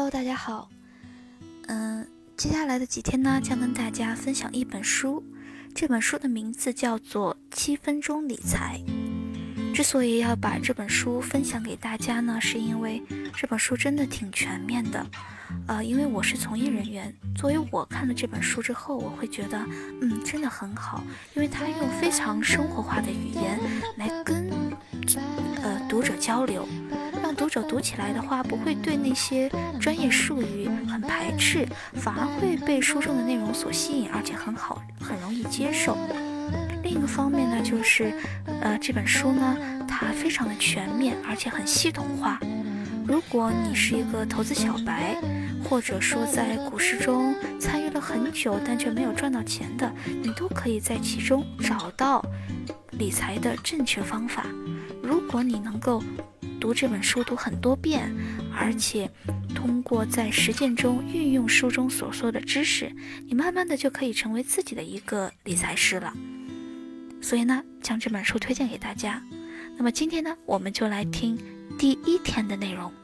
大家好。接下来的几天呢，将跟大家分享一本书。这本书的名字叫做《7分钟理财》。之所以要把这本书分享给大家呢，是因为这本书真的挺全面的。因为我是从业人员，作为我看了这本书之后，我会觉得，真的很好，因为它用非常生活化的语言来跟读者交流。让读者读起来的话，不会对那些专业术语很排斥，反而会被书中的内容所吸引，而且很容易接受。另一个方面呢，就是这本书呢，它非常的全面，而且很系统化。如果你是一个投资小白，或者说在股市中参与了很久但却没有赚到钱的，你都可以在其中找到理财的正确方法。如果你能够读这本书读很多遍，而且通过在实践中运用书中所说的知识，你慢慢的就可以成为自己的一个理财师了。所以呢，将这本书推荐给大家。那么今天呢，我们就来听第1天的内容。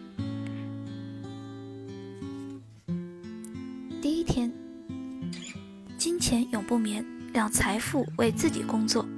第1天，金钱永不眠，让财富为自己工作。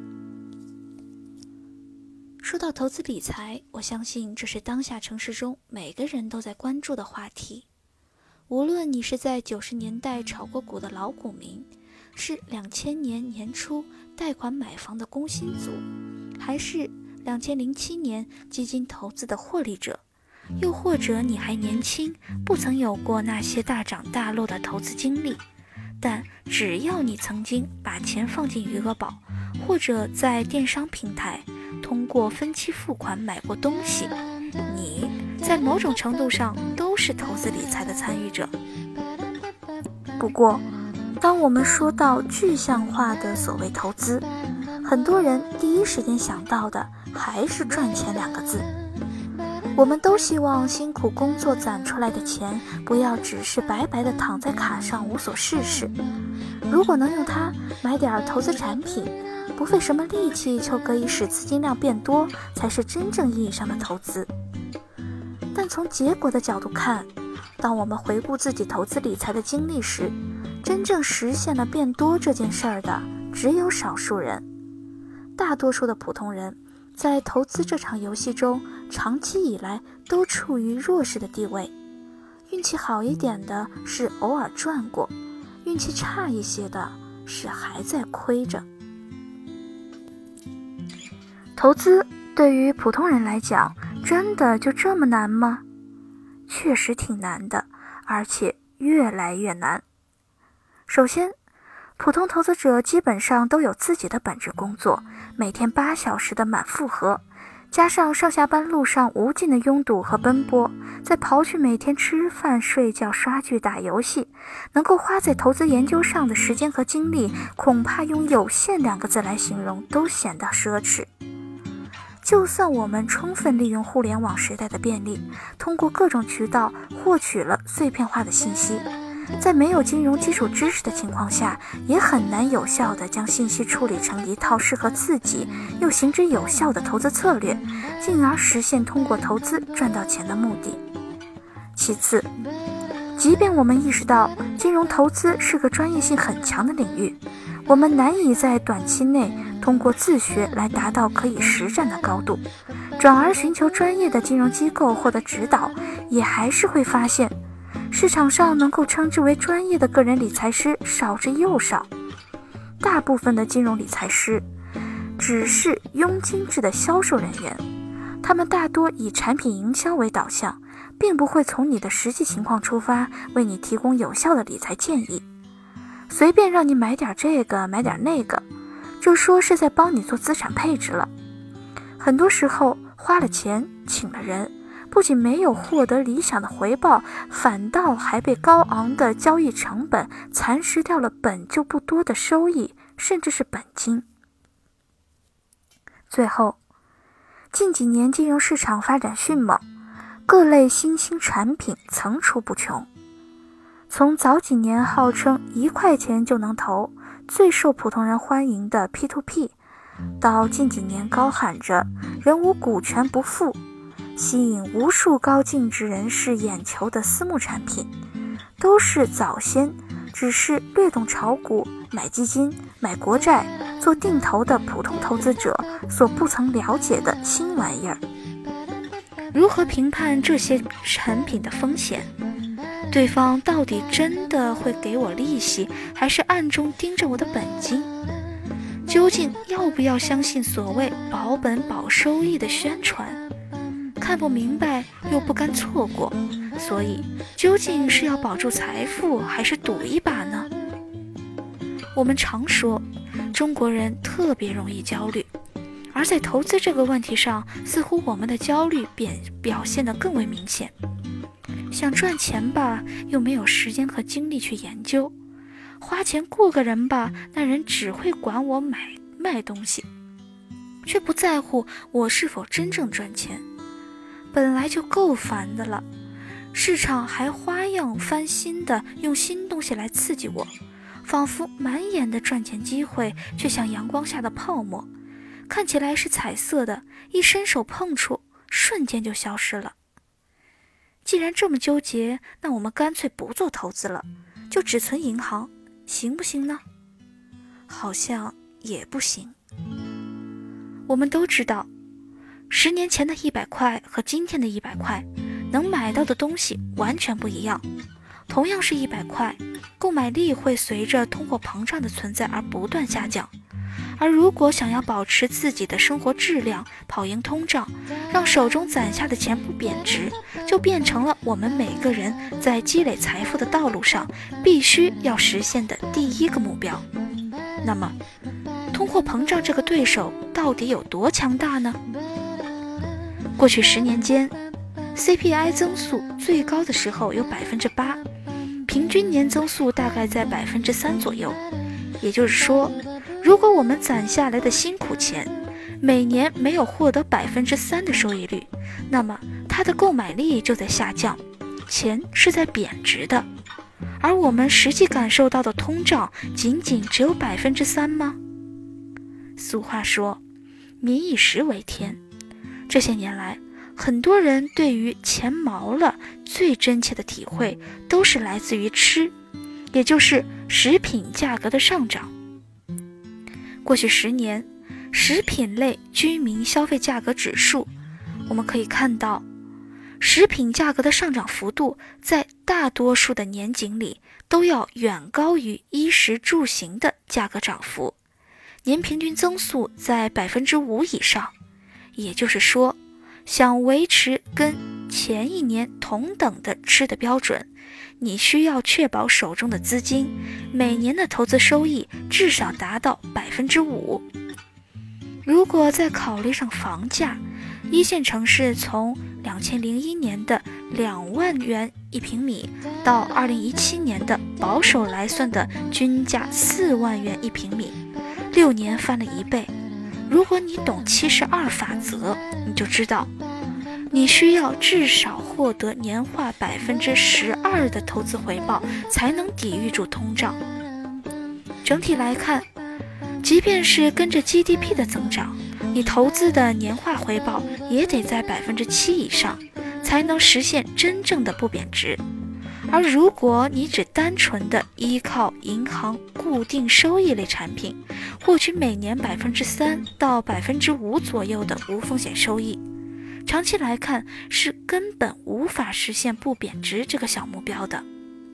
说到投资理财，我相信这是当下城市中每个人都在关注的话题。无论你是在90年代炒过股的老股民，是2000年年初贷款买房的工薪族，还是2007年基金投资的获利者，又或者你还年轻，不曾有过那些大涨大落的投资经历，但只要你曾经把钱放进余额宝，或者在电商平台通过分期付款买过东西，你在某种程度上都是投资理财的参与者。不过，当我们说到具象化的所谓投资，很多人第一时间想到的还是赚钱2个字。我们都希望辛苦工作攒出来的钱不要只是白白的躺在卡上无所事事，如果能用它买点投资产品，不费什么力气就可以使资金量变多，才是真正意义上的投资。但从结果的角度看，当我们回顾自己投资理财的经历时，真正实现了变多这件事儿的只有少数人。大多数的普通人在投资这场游戏中，长期以来都处于弱势的地位。运气好一点的是偶尔赚过，运气差一些的是还在亏着。投资对于普通人来讲，真的就这么难吗？确实挺难的，而且越来越难。首先，普通投资者基本上都有自己的本职工作，每天8小时的满负荷，加上上下班路上无尽的拥堵和奔波，再刨去每天吃饭、睡觉、刷剧、打游戏，能够花在投资研究上的时间和精力，恐怕用有限2个字来形容都显得奢侈。就算我们充分利用互联网时代的便利，通过各种渠道获取了碎片化的信息，在没有金融基础知识的情况下，也很难有效地将信息处理成一套适合自己又行之有效的投资策略，进而实现通过投资赚到钱的目的。其次，即便我们意识到金融投资是个专业性很强的领域，我们难以在短期内通过自学来达到可以实战的高度，转而寻求专业的金融机构获得指导，也还是会发现市场上能够称之为专业的个人理财师少之又少。大部分的金融理财师只是佣金制的销售人员，他们大多以产品营销为导向，并不会从你的实际情况出发，为你提供有效的理财建议。随便让你买点这个买点那个，就说是在帮你做资产配置了。很多时候花了钱请了人，不仅没有获得理想的回报，反倒还被高昂的交易成本蚕食掉了本就不多的收益，甚至是本金。最后，近几年金融市场发展迅猛，各类新兴产品层出不穷。从早几年号称1块钱就能投，最受普通人欢迎的 P2P， 到近几年高喊着人无股权不富， 吸引无数高净值人士眼球的私募产品，都是早先只是略懂炒股、买基金、买国债、做定投的普通投资者所不曾了解的新玩意儿。如何评判这些产品的风险？对方到底真的会给我利息，还是暗中盯着我的本金？究竟要不要相信所谓保本保收益的宣传？看不明白又不甘错过，所以究竟是要保住财富，还是赌一把呢？我们常说中国人特别容易焦虑，而在投资这个问题上，似乎我们的焦虑表现得更为明显。想赚钱吧，又没有时间和精力去研究；花钱雇个人吧，那人只会管我卖东西，却不在乎我是否真正赚钱。本来就够烦的了，市场还花样翻新的用新东西来刺激我，仿佛满眼的赚钱机会，却像阳光下的泡沫，看起来是彩色的，一伸手碰触，瞬间就消失了。既然这么纠结，那我们干脆不做投资了，就只存银行，行不行呢？好像也不行。我们都知道，10年前的100块和今天的100块，能买到的东西完全不一样。同样是100块，购买力会随着通货膨胀的存在而不断下降。而如果想要保持自己的生活质量，跑赢通胀，让手中攒下的钱不贬值，就变成了我们每个人在积累财富的道路上必须要实现的第一个目标。那么，通货膨胀这个对手到底有多强大呢？过去10年间 CPI 增速最高的时候有 8%， 平均年增速大概在 3% 左右。也就是说，如果我们攒下来的辛苦钱每年没有获得 3% 的收益率，那么它的购买力就在下降，钱是在贬值的。而我们实际感受到的通胀仅仅只有 3% 吗？俗话说，民以食为天。这些年来，很多人对于钱毛了最真切的体会都是来自于吃，也就是食品价格的上涨。过去10年，食品类居民消费价格指数，我们可以看到，食品价格的上涨幅度在大多数的年景里都要远高于衣食住行的价格涨幅，年平均增速在 5% 以上。也就是说，想维持跟前一年同等的吃的标准，你需要确保手中的资金每年的投资收益至少达到 5%。 如果再考虑上房价，一线城市从2001年的2万元一平米到2017年的保守来算的均价4万元一平米，6年翻了1倍。如果你懂72法则，你就知道你需要至少获得年化 12% 的投资回报，才能抵御住通胀。整体来看，即便是跟着 GDP 的增长，你投资的年化回报也得在 7% 以上，才能实现真正的不贬值。而如果你只单纯的依靠银行固定收益类产品，获取每年 3% 到 5% 左右的无风险收益，长期来看是根本无法实现不贬值这个小目标的。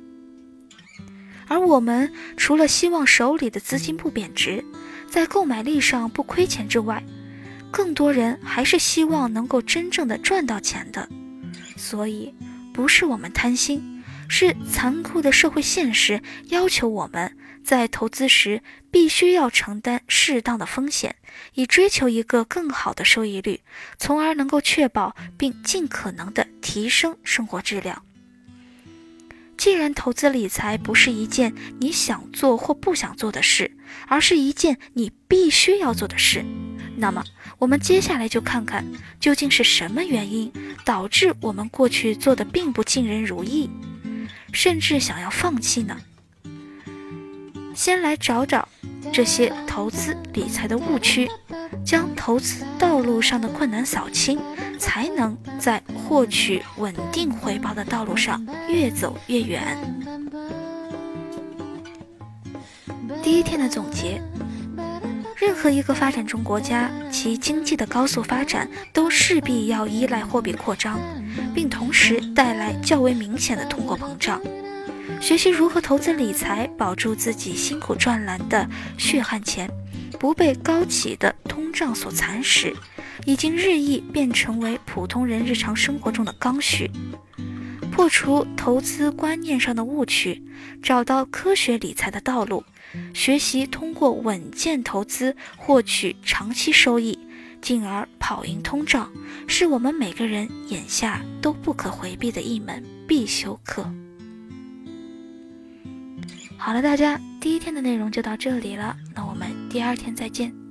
而我们除了希望手里的资金不贬值，在购买力上不亏钱之外，更多人还是希望能够真正的赚到钱的。所以不是我们贪心，是残酷的社会现实要求我们在投资时必须要承担适当的风险，以追求一个更好的收益率，从而能够确保并尽可能的提升生活质量。既然投资理财不是一件你想做或不想做的事，而是一件你必须要做的事，那么我们接下来就看看究竟是什么原因导致我们过去做的并不尽人如意，甚至想要放弃呢？先来找找这些投资理财的误区，将投资道路上的困难扫清，才能在获取稳定回报的道路上越走越远。第一天的总结，任何一个发展中国家，其经济的高速发展都势必要依赖货币扩张，并同时带来较为明显的通货膨胀。学习如何投资理财，保住自己辛苦赚来的血汗钱，不被高企的通胀所蚕食，已经日益变成为普通人日常生活中的刚需。破除投资观念上的误区，找到科学理财的道路，学习通过稳健投资获取长期收益，进而跑赢通胀，是我们每个人眼下都不可回避的一门必修课。好了，大家，第一天的内容就到这里了，那我们第二天再见。